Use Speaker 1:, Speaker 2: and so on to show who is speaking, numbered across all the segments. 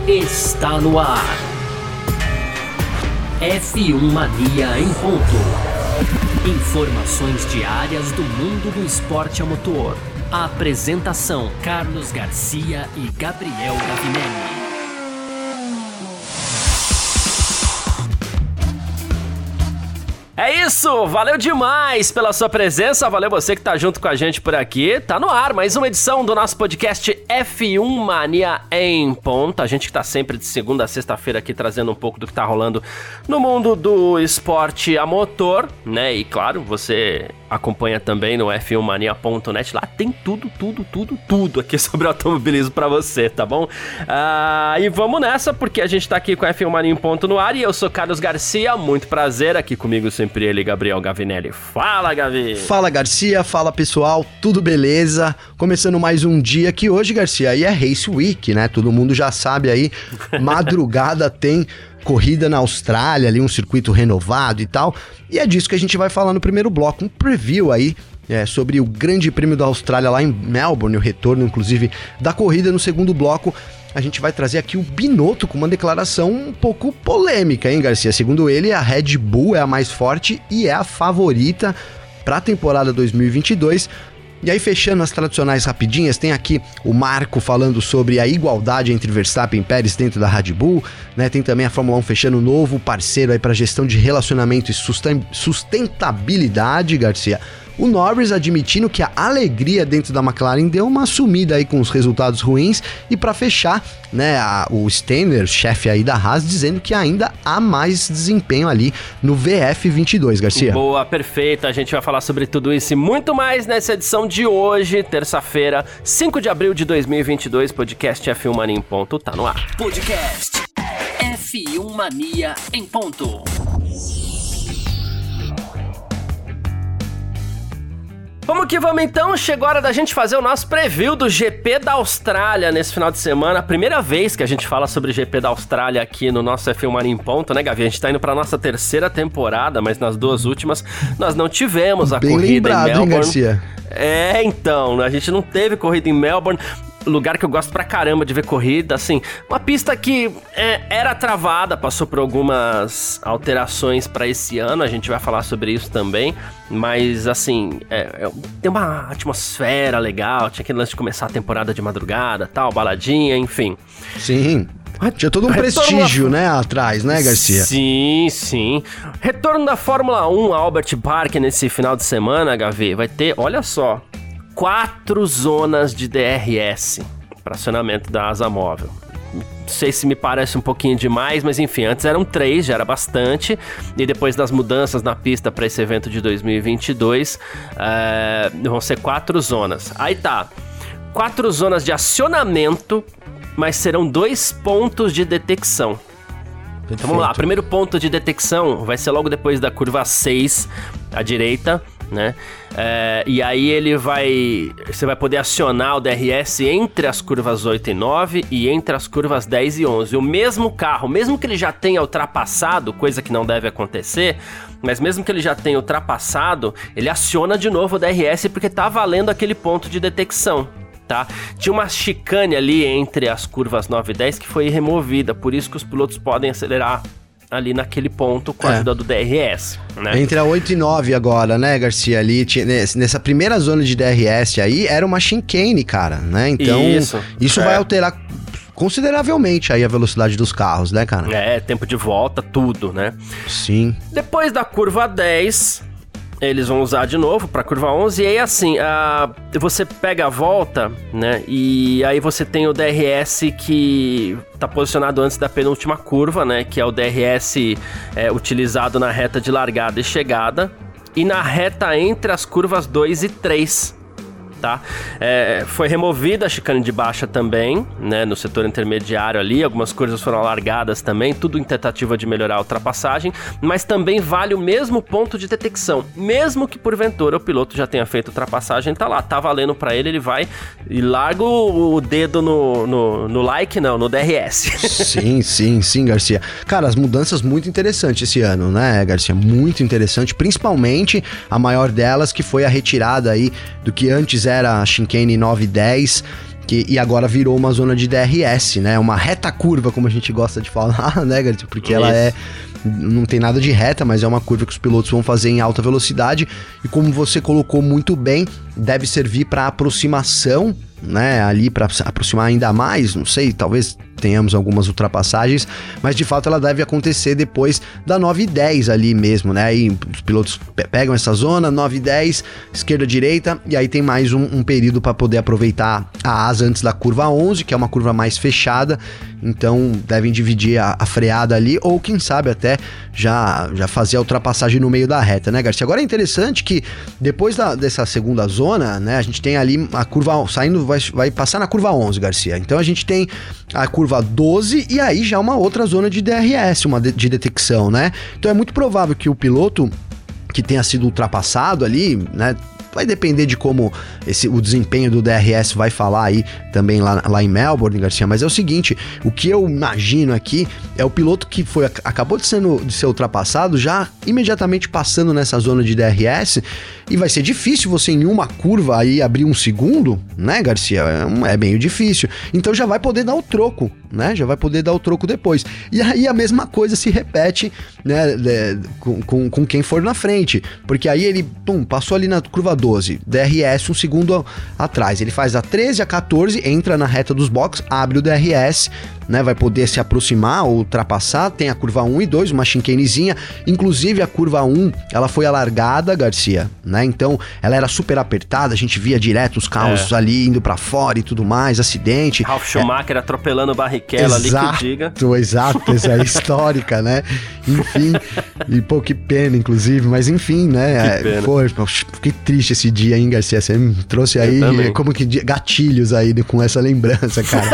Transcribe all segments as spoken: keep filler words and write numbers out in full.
Speaker 1: está no ar. F um Mania em ponto. Informações diárias do mundo do esporte a motor. A apresentação: Carlos Garcia e Gabriel Gavinelli. É isso, valeu demais pela sua presença, valeu você que tá junto com a gente por aqui. Tá no ar mais uma edição do nosso podcast F um Mania em ponto. A gente que tá sempre de segunda a sexta-feira aqui trazendo um pouco do que tá rolando no mundo do esporte a motor, né? E claro, você acompanha também no F um Mania ponto net, lá tem tudo, tudo, tudo, tudo aqui sobre automobilismo pra você, tá bom? Ah, e vamos nessa, porque a gente tá aqui com o F um Mania em ponto no ar e eu sou Carlos Garcia, muito prazer, aqui comigo sempre ele, Gabriel Gavinelli. Fala, Gavi!
Speaker 2: Fala, Garcia, fala pessoal, tudo beleza? Começando mais um dia que hoje, Garcia, aí é Race Week, né? Todo mundo já sabe aí, madrugada tem corrida na Austrália, ali um circuito renovado e tal, e é disso que a gente vai falar no primeiro bloco, um preview aí é, sobre o Grande Prêmio da Austrália lá em Melbourne, o retorno inclusive da corrida. No segundo bloco a gente vai trazer aqui o Binotto com uma declaração um pouco polêmica, hein, Garcia? Segundo ele, a Red Bull é a mais forte e é a favorita para a temporada dois mil e vinte e dois. E aí, fechando as tradicionais rapidinhas, tem aqui o Marco falando sobre a igualdade entre Verstappen e Pérez dentro da Red Bull, né? Tem também a Fórmula um fechando um novo parceiro aí para gestão de relacionamento e sustentabilidade, Garcia. O Norris admitindo que a alegria dentro da McLaren deu uma sumida aí com os resultados ruins. E para fechar, né, a, o Steiner, chefe aí da Haas, dizendo que ainda há mais desempenho ali no V F vinte e dois, Garcia.
Speaker 1: Boa, perfeito. A gente vai falar sobre tudo isso e muito mais nessa edição de hoje, terça-feira, cinco de abril de dois mil e vinte e dois. Podcast F um Mania em ponto tá no ar. Podcast F um Mania em ponto. Vamos que vamos então, chegou a hora da gente fazer o nosso preview do G P da Austrália nesse final de semana. A primeira vez que a gente fala sobre o G P da Austrália aqui no nosso F um Mania em ponto, né, Gavi? A gente tá indo pra nossa terceira temporada, mas nas duas últimas nós não tivemos a
Speaker 2: Bem
Speaker 1: corrida
Speaker 2: lembrado,
Speaker 1: em Melbourne.
Speaker 2: Hein, Garcia?
Speaker 1: É, então, a gente não teve corrida em Melbourne. Lugar que eu gosto pra caramba de ver corrida, assim, uma pista que é, era travada, passou por algumas alterações pra esse ano, a gente vai falar sobre isso também, mas assim, é, é, tem uma atmosfera legal, tinha aquele lance de começar a temporada de madrugada, tal, baladinha, enfim.
Speaker 2: Sim. Tinha todo um prestígio, da... né, atrás, né, Garcia?
Speaker 1: Sim, sim. Retorno da Fórmula um, Albert Park, nesse final de semana, Gavi, vai ter, olha só, quatro zonas de D R S para acionamento da asa móvel. Não sei se me parece um pouquinho demais, mas enfim, antes eram três, já era bastante. E depois das mudanças na pista para esse evento de dois mil e vinte e dois, é, vão ser quatro zonas. Aí tá, quatro zonas de acionamento, mas serão dois pontos de detecção. Perfeito. Então vamos lá, primeiro ponto de detecção vai ser logo depois da curva seis, à direita, né? É, e aí ele vai... Você vai poder acionar o D R S entre as curvas oito e nove e entre as curvas dez e onze. O mesmo carro, mesmo que ele já tenha ultrapassado, coisa que não deve acontecer, mas mesmo que ele já tenha ultrapassado, ele aciona de novo o D R S porque tá valendo aquele ponto de detecção. Tá? Tinha uma chicane ali entre as curvas nove e dez que foi removida, por isso que os pilotos podem acelerar ali naquele ponto com a é. ajuda do D R S, né?
Speaker 2: Entre a oito e nove agora, né, Garcia? Ali, tinha, nessa primeira zona de D R S aí, era uma chicane, cara, né? Então, isso, isso é. vai alterar consideravelmente aí a velocidade dos carros, né, cara?
Speaker 1: É, tempo de volta, tudo, né?
Speaker 2: Sim.
Speaker 1: Depois da curva dez... eles vão usar de novo para curva onze, e aí assim, a, você pega a volta, né, e aí você tem o D R S que tá posicionado antes da penúltima curva, né, que é o D R S é, utilizado na reta de largada e chegada, e na reta entre as curvas dois e três. Tá? É, foi removida a chicane de baixa também, né, no setor intermediário ali, algumas coisas foram alargadas também, tudo em tentativa de melhorar a ultrapassagem, mas também vale o mesmo ponto de detecção, mesmo que porventura o piloto já tenha feito ultrapassagem, tá lá, tá valendo pra ele, ele vai e larga o dedo no, no, no like, não, no D R S.
Speaker 2: Sim, sim, sim, Garcia. Cara, as mudanças muito interessantes esse ano, né, Garcia? Muito interessante, principalmente a maior delas que foi a retirada aí do que antes era a chicane nove e dez, Que, e agora virou uma zona de D R S, né? Uma reta curva, como a gente gosta de falar, né, Garcia? Porque ela é... Não tem nada de reta, mas é uma curva que os pilotos vão fazer em alta velocidade. E como você colocou muito bem, deve servir para aproximação, né? Ali para aproximar ainda mais, não sei, talvez tenhamos algumas ultrapassagens, mas de fato ela deve acontecer depois da nove e dez ali mesmo, né? Aí os pilotos pe- pegam essa zona, nove e dez, esquerda, direita, e aí tem mais um, um período para poder aproveitar a asa antes da curva onze, que é uma curva mais fechada, então devem dividir a, a freada ali, ou quem sabe até já, já fazer a ultrapassagem no meio da reta, né, Garcia? Agora é interessante que depois da, dessa segunda zona, né, a gente tem ali a curva saindo, vai, vai passar na curva onze, Garcia, então a gente tem a curva doze e aí já uma outra zona de D R S, uma de, de detecção, né? Então é muito provável que o piloto que tenha sido ultrapassado ali, né? Vai depender de como esse, o desempenho do D R S vai falar aí também lá, lá em Melbourne, Garcia, mas é o seguinte, o que eu imagino aqui é o piloto que foi, acabou de, sendo, de ser ultrapassado já imediatamente passando nessa zona de D R S e vai ser difícil você em uma curva aí abrir um segundo, né, Garcia? É, é meio difícil. Então já vai poder dar o troco, né? Já vai poder dar o troco depois. E aí a mesma coisa se repete, né, de, com, com, com quem for na frente, porque aí ele, pum, passou ali na curva doze, D R S um segundo atrás, ele faz a treze, a quatorze, entra na reta dos boxes, abre o D R S, né, vai poder se aproximar ou ultrapassar, tem a curva um e dois, uma chicanezinha, inclusive a curva um, ela foi alargada, Garcia, né, então ela era super apertada, a gente via direto os carros é. ali indo pra fora e tudo mais, acidente.
Speaker 1: Ralf Schumacher é. atropelando o Barrichello ali, que diga.
Speaker 2: Exato, essa é histórica, né, enfim, e pô, que pena, inclusive, mas enfim, né,
Speaker 1: que pena.
Speaker 2: Foi, fiquei triste esse dia, hein, Garcia, você me trouxe aí, como que, gatilhos aí com essa lembrança, cara.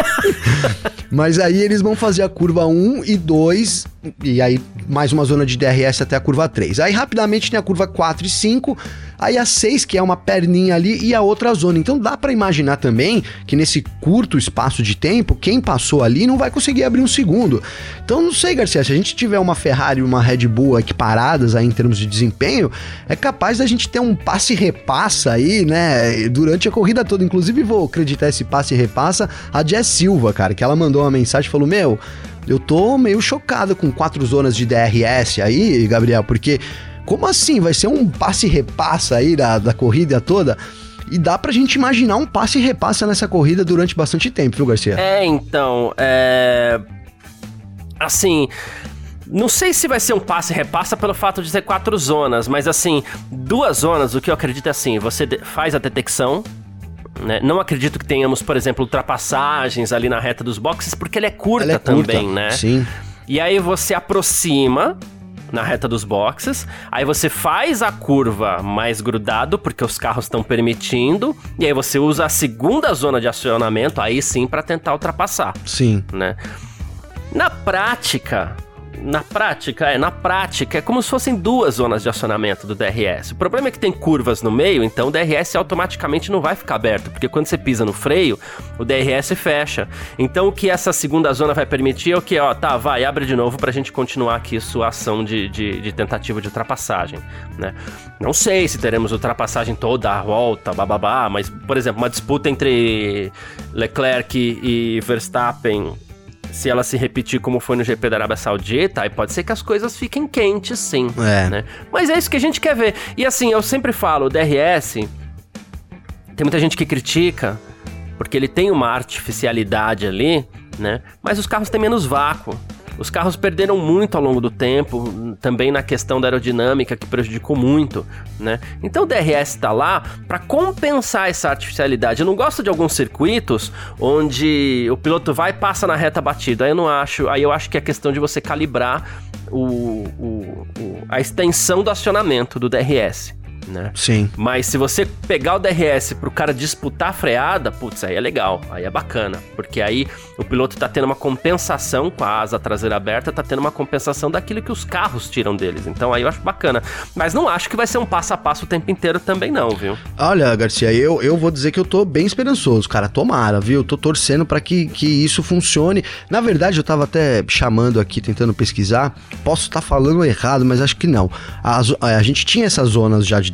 Speaker 2: Mas aí eles vão fazer a curva um e dois, e aí mais uma zona de D R S até a curva três. Aí rapidamente tem a curva quatro e cinco, aí a seis, que é uma perninha ali, e a outra zona. Então dá pra imaginar também que nesse curto espaço de tempo, quem passou ali não vai conseguir abrir um segundo. Então não sei, Garcia, se a gente tiver uma Ferrari e uma Red Bull equiparadas aí em termos de desempenho, é capaz da gente ter um passe e repassa aí, né, durante a corrida toda. Inclusive vou acreditar esse passe e repassa a Jess Silva, cara, que ela mandou uma mensagem e falou, meu, eu tô meio chocado com quatro zonas de D R S aí, Gabriel, porque como assim? Vai ser um passe e repassa aí da, da corrida toda? E dá pra gente imaginar um passe e repassa nessa corrida durante bastante tempo, viu, Garcia?
Speaker 1: É, então, é... assim... Não sei se vai ser um passe e repassa pelo fato de ter quatro zonas, mas assim, duas zonas, o que eu acredito é assim, você faz a detecção, né? Não acredito que tenhamos, por exemplo, ultrapassagens ali na reta dos boxes, porque ela é curta, ela é curta também, né?
Speaker 2: Sim.
Speaker 1: E aí você aproxima na reta dos boxes, aí você faz a curva mais grudado, porque os carros estão permitindo, e aí você usa a segunda zona de acionamento, aí sim, para tentar ultrapassar.
Speaker 2: Sim.
Speaker 1: Né? Na prática... Na prática, é, na prática, é como se fossem duas zonas de acionamento do D R S. O problema é que tem curvas no meio, então o D R S automaticamente não vai ficar aberto, porque quando você pisa no freio, o D R S fecha. Então o que essa segunda zona vai permitir é o que, ó, tá, vai, abre de novo pra gente continuar aqui sua ação de, de, de tentativa de ultrapassagem, né? Não sei se teremos ultrapassagem toda a volta, bababá, mas, por exemplo, uma disputa entre Leclerc e Verstappen, se ela se repetir como foi no G P da Arábia Saudita, aí pode ser que as coisas fiquem quentes, sim.
Speaker 2: É.
Speaker 1: Né? Mas é isso que a gente quer ver. E assim, eu sempre falo, o D R S, tem muita gente que critica, porque ele tem uma artificialidade ali, né? Mas os carros têm menos vácuo. Os carros perderam muito ao longo do tempo, também na questão da aerodinâmica, que prejudicou muito, né? Então o D R S tá lá para compensar essa artificialidade. Eu não gosto de alguns circuitos onde o piloto vai e passa na reta batida. Aí eu não acho, aí eu acho que é questão de você calibrar o, o, o, a extensão do acionamento do D R S. Né?
Speaker 2: Sim.
Speaker 1: Mas se você pegar o D R S pro cara disputar a freada, putz, aí é legal, aí é bacana, porque aí o piloto tá tendo uma compensação com a asa traseira aberta, tá tendo uma compensação daquilo que os carros tiram deles, então aí eu acho bacana, mas não acho que vai ser um passo a passo o tempo inteiro também não, viu?
Speaker 2: Olha, Garcia, eu, eu vou dizer que eu tô bem esperançoso, cara, tomara, viu? Eu tô torcendo pra que, que isso funcione. Na verdade, eu tava até chamando aqui, tentando pesquisar, posso estar falando errado, mas acho que não. A, a gente tinha essas zonas já de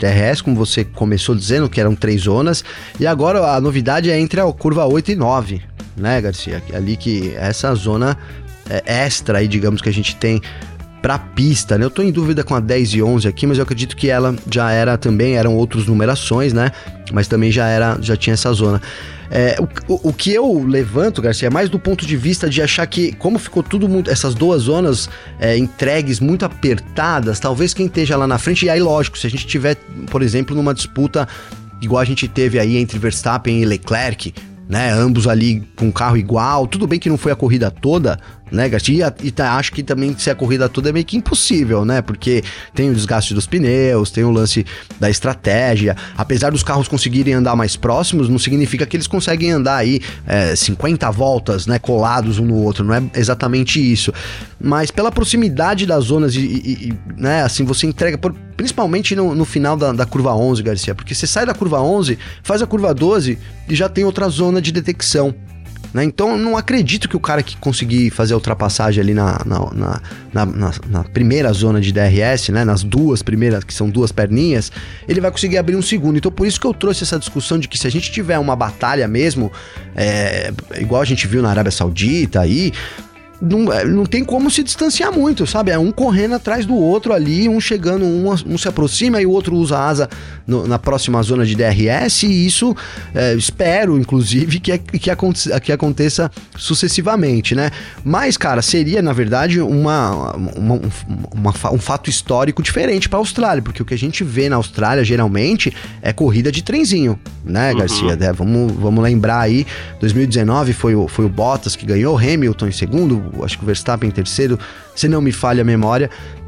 Speaker 2: D R S, como você começou dizendo, que eram três zonas, e agora a novidade é entre a curva oito e nove, né, Garcia? Ali que essa zona é, extra aí, digamos, que a gente tem pra pista, né? Eu tô em dúvida com a dez e onze aqui, mas eu acredito que ela já era também, eram outras numerações, né? Mas também já era, já tinha essa zona. É, o, o, o que eu levanto, Garcia, é mais do ponto de vista de achar que, como ficou tudo muito, essas duas zonas é, entregues muito apertadas, talvez quem esteja lá na frente, e aí lógico, se a gente tiver, por exemplo, numa disputa igual a gente teve aí entre Verstappen e Leclerc, né, ambos ali com carro igual, tudo bem que não foi a corrida toda, né, Garcia, e, e tá, acho que também se a corrida toda é meio que impossível, né, porque tem o desgaste dos pneus, tem o lance da estratégia, apesar dos carros conseguirem andar mais próximos, não significa que eles conseguem andar aí é, cinquenta voltas, né, colados um no outro, não é exatamente isso, mas pela proximidade das zonas e, e, e né, assim, você entrega, por, principalmente no, no final da, da curva onze, Garcia, porque você sai da curva onze, faz a curva doze e já tem outra zona de detecção, né? Então eu não acredito que o cara que conseguir fazer a ultrapassagem ali na, na, na, na, na, na primeira zona de D R S, né? Nas duas primeiras, que são duas perninhas, ele vai conseguir abrir um segundo. Então por isso que eu trouxe essa discussão de que se a gente tiver uma batalha mesmo, é, igual a gente viu na Arábia Saudita aí, Não, não tem como se distanciar muito, sabe? É um correndo atrás do outro ali, um chegando, um, um se aproxima e o outro usa a asa no, na próxima zona de D R S, e isso é, espero, inclusive, que, que, aconteça, que aconteça sucessivamente, né? Mas, cara, seria, na verdade, uma, uma, uma, um fato histórico diferente para a Austrália, porque o que a gente vê na Austrália, geralmente, é corrida de trenzinho, né, Garcia? Uhum. É, vamos, vamos lembrar aí, dois mil e dezenove foi o, foi o Bottas que ganhou, Hamilton em segundo, acho que o Verstappen em terceiro, se não me falha a memória,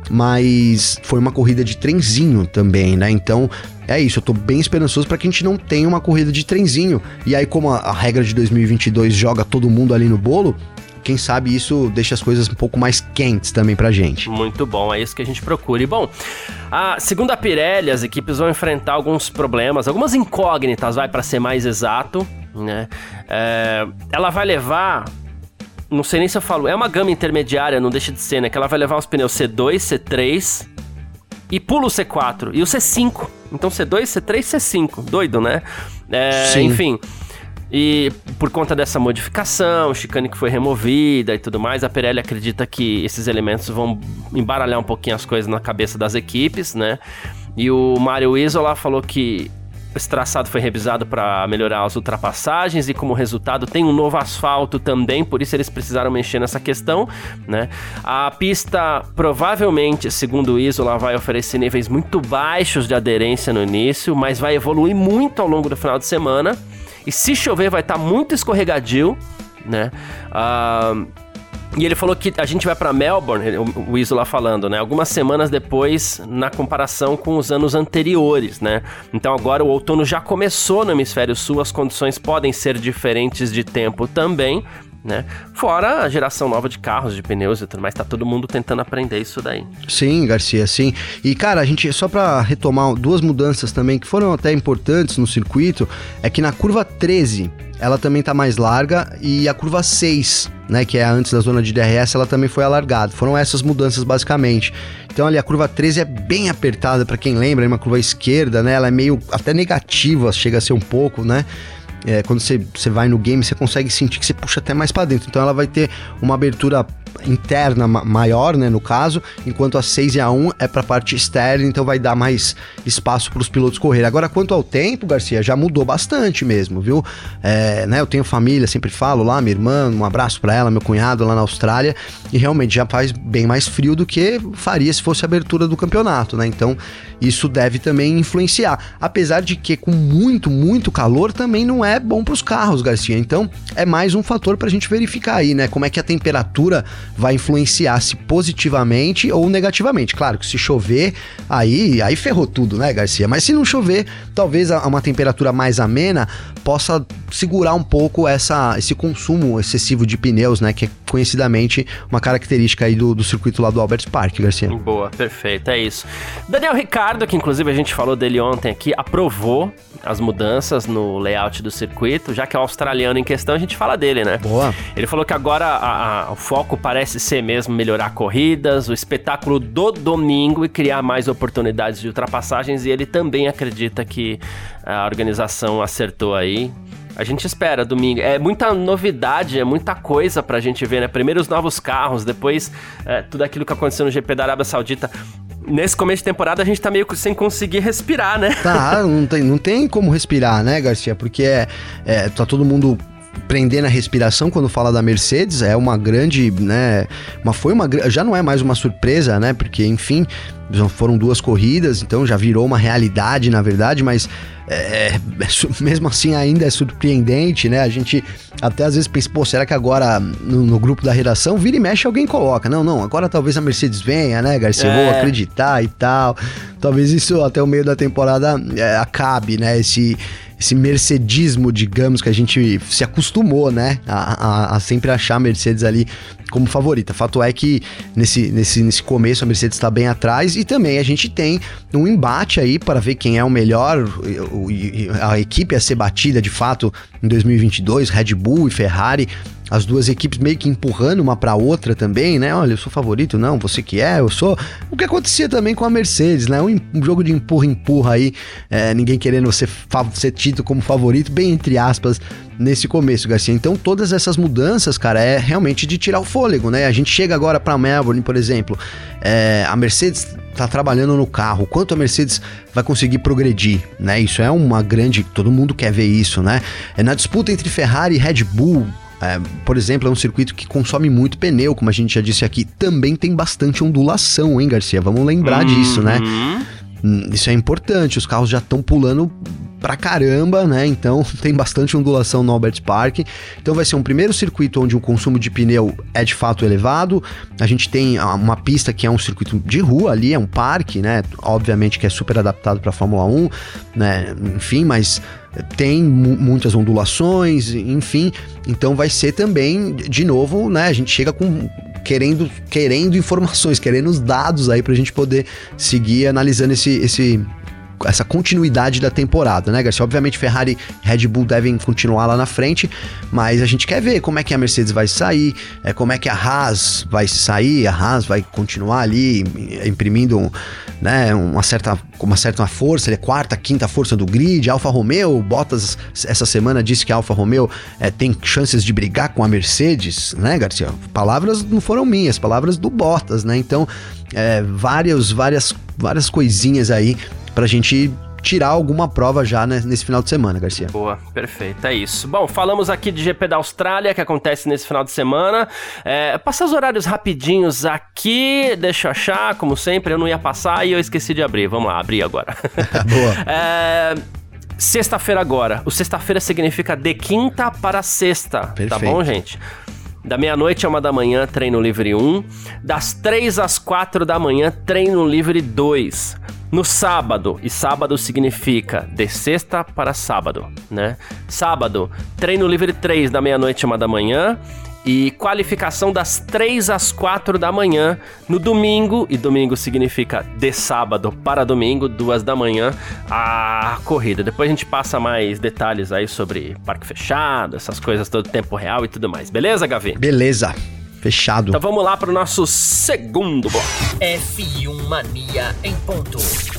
Speaker 2: mas foi uma corrida de trenzinho também, né? Então é isso, eu tô bem esperançoso para que a gente não tenha uma corrida de trenzinho. E aí, como a, a regra de dois mil e vinte e dois joga todo mundo ali no bolo, quem sabe isso deixa as coisas um pouco mais quentes também pra gente.
Speaker 1: Muito bom, é isso que a gente procura. E bom, a, segundo a Pirelli, as equipes vão enfrentar alguns problemas, algumas incógnitas, vai, para ser mais exato, né? É, ela vai levar... Não sei nem se eu falo, é uma gama intermediária, não deixa de ser, né? Que ela vai levar os pneus C dois, C três e pula o C quatro e o C cinco. Então C dois, C três, C cinco. Doido, né? É, enfim, e por conta dessa modificação, chicane que foi removida e tudo mais, a Pirelli acredita que esses elementos vão embaralhar um pouquinho as coisas na cabeça das equipes, né? E o Mário Isola falou que esse traçado foi revisado para melhorar as ultrapassagens e, como resultado, tem um novo asfalto também, por isso eles precisaram mexer nessa questão, né? A pista, provavelmente, segundo o Isola, vai oferecer níveis muito baixos de aderência no início, mas vai evoluir muito ao longo do final de semana. E se chover, vai estar muito escorregadio, né? Uh, e ele falou que a gente vai para Melbourne, o Isola falando, né? Algumas semanas depois, na comparação com os anos anteriores, né? Então agora o outono já começou no hemisfério sul, as condições podem ser diferentes de tempo também, né? Fora a geração nova de carros, de pneus e tudo mais, tá todo mundo tentando aprender isso daí.
Speaker 2: Sim, Garcia, sim. E cara, a gente, só para retomar duas mudanças também que foram até importantes no circuito, é que na curva treze ela também tá mais larga, e a curva seis, né, que é antes da zona de D R S, ela também foi alargada. Foram essas mudanças basicamente. Então ali a curva treze é bem apertada, para quem lembra, é uma curva esquerda, né? Ela é meio até negativa, chega a ser um pouco, né? É, quando você, você vai no game, você consegue sentir que você puxa até mais para dentro. Então ela vai ter uma abertura interna ma- maior, né, no caso, enquanto a seis e a um é para a parte externa, então vai dar mais espaço para os pilotos correrem. Agora, quanto ao tempo, Garcia, já mudou bastante mesmo, viu? É, né, eu tenho família, sempre falo lá, minha irmã, um abraço para ela, meu cunhado lá na Austrália, e realmente já faz bem mais frio do que faria se fosse a abertura do campeonato, né? Então isso deve também influenciar, apesar de que com muito, muito calor também não é bom para os carros, Garcia. Então é mais um fator para a gente verificar aí, né? Como é que a temperatura vai influenciar, se positivamente ou negativamente. Claro que se chover, aí, aí ferrou tudo, né, Garcia? Mas se não chover, talvez a, uma temperatura mais amena possa segurar um pouco essa, esse consumo excessivo de pneus, né? Que é conhecidamente uma característica aí do, do circuito lá do Albert Park, Garcia.
Speaker 1: Boa, perfeito, é isso. Daniel Ricciardo, que inclusive a gente falou dele ontem aqui, aprovou as mudanças no layout do circuito, já que é o australiano em questão, a gente fala dele, né?
Speaker 2: Boa.
Speaker 1: Ele falou que agora a, a, o foco para parece ser mesmo melhorar corridas, o espetáculo do domingo e criar mais oportunidades de ultrapassagens, e ele também acredita que a organização acertou aí. A gente espera domingo. É muita novidade, é muita coisa pra gente ver, né? Primeiro os novos carros, depois é, tudo aquilo que aconteceu no G P da Arábia Saudita. Nesse começo de temporada a gente tá meio sem conseguir respirar, né?
Speaker 2: Tá, não tem, não tem como respirar, né, Garcia? Porque é, é, tá todo mundo prendendo a respiração quando fala da Mercedes. É uma grande, né? Mas foi uma, já não é mais uma surpresa, né? Porque, enfim, foram duas corridas, então já virou uma realidade, na verdade, mas é, mesmo assim ainda é surpreendente, né? A gente até às vezes pensa, pô, será que agora no, no grupo da redação vira e mexe alguém coloca? Não, não, agora talvez a Mercedes venha, né, Garcia? É. Vou acreditar e tal. Talvez isso até o meio da temporada é, acabe, né? Esse... esse mercedismo, digamos, que a gente se acostumou, né, a, a, a sempre achar a Mercedes ali como favorita. Fato é que nesse, nesse, nesse começo a Mercedes está bem atrás, e também a gente tem um embate aí para ver quem é o melhor, a equipe a ser batida de fato em dois mil e vinte e dois, Red Bull e Ferrari. As duas equipes meio que empurrando uma pra outra também, né? Olha, eu sou favorito, não, você que é, eu sou... O que acontecia também com a Mercedes, né? Um, um jogo de empurra-empurra aí, é, ninguém querendo ser, ser tido como favorito, bem entre aspas, nesse começo, Garcia. Então, todas essas mudanças, cara, é realmente de tirar o fôlego, né? A gente chega agora pra Melbourne, por exemplo, é, a Mercedes tá trabalhando no carro, quanto a Mercedes vai conseguir progredir, né? Isso é uma grande... Todo mundo quer ver isso, né? É na disputa entre Ferrari e Red Bull... É, por exemplo, é um circuito que consome muito pneu, como a gente já disse aqui. Também tem bastante ondulação, hein, Garcia? Vamos lembrar uhum. disso, né? Isso é importante, os carros já estão pulando pra caramba, né? Então tem bastante ondulação no Albert Park. Então vai ser um primeiro circuito onde o consumo de pneu é de fato elevado. A gente tem uma pista que é um circuito de rua ali, é um parque, né? Obviamente que é super adaptado pra Fórmula um, né? Enfim, mas tem mu- muitas ondulações, enfim. Então vai ser também, de novo, né? A gente chega com... Querendo, querendo informações, querendo os dados aí pra gente poder seguir analisando esse, esse, essa continuidade da temporada, né, Garcia? Obviamente Ferrari e Red Bull devem continuar lá na frente, mas a gente quer ver como é que a Mercedes vai sair, é, como é que a Haas vai sair, a Haas vai continuar ali imprimindo, né, uma certa, uma certa força, ele é quarta, quinta força do grid. Alfa Romeo, Bottas essa semana disse que a Alfa Romeo é, tem chances de brigar com a Mercedes, né, Garcia? Palavras não foram minhas, palavras do Bottas, né? Então, é, várias, várias, várias coisinhas aí pra gente tirar alguma prova já, né, nesse final de semana, Garcia.
Speaker 1: Boa, perfeito, é isso. Bom, falamos aqui de G P da Austrália, que acontece nesse final de semana. É, passar os horários rapidinhos aqui, deixa eu achar, como sempre, eu não ia passar e eu esqueci de abrir. Vamos lá, abrir agora.
Speaker 2: Boa.
Speaker 1: É... Sexta-feira agora. O sexta-feira significa de quinta para sexta. Perfeito. Tá bom, gente? Da meia-noite a uma da manhã, treino livre um. Das três às quatro da manhã, treino livre dois. No sábado, e sábado significa de sexta para sábado, né? Sábado, treino livre três, da meia-noite a uma da manhã. E qualificação das três às quatro da manhã. No domingo, e domingo significa de sábado para domingo, duas da manhã, a corrida. Depois a gente passa mais detalhes aí sobre parque fechado, essas coisas todo tempo real e tudo mais. Beleza, Gavi?
Speaker 2: Beleza. Fechado.
Speaker 1: Então vamos lá para o nosso segundo bloco.
Speaker 3: F um Mania em ponto.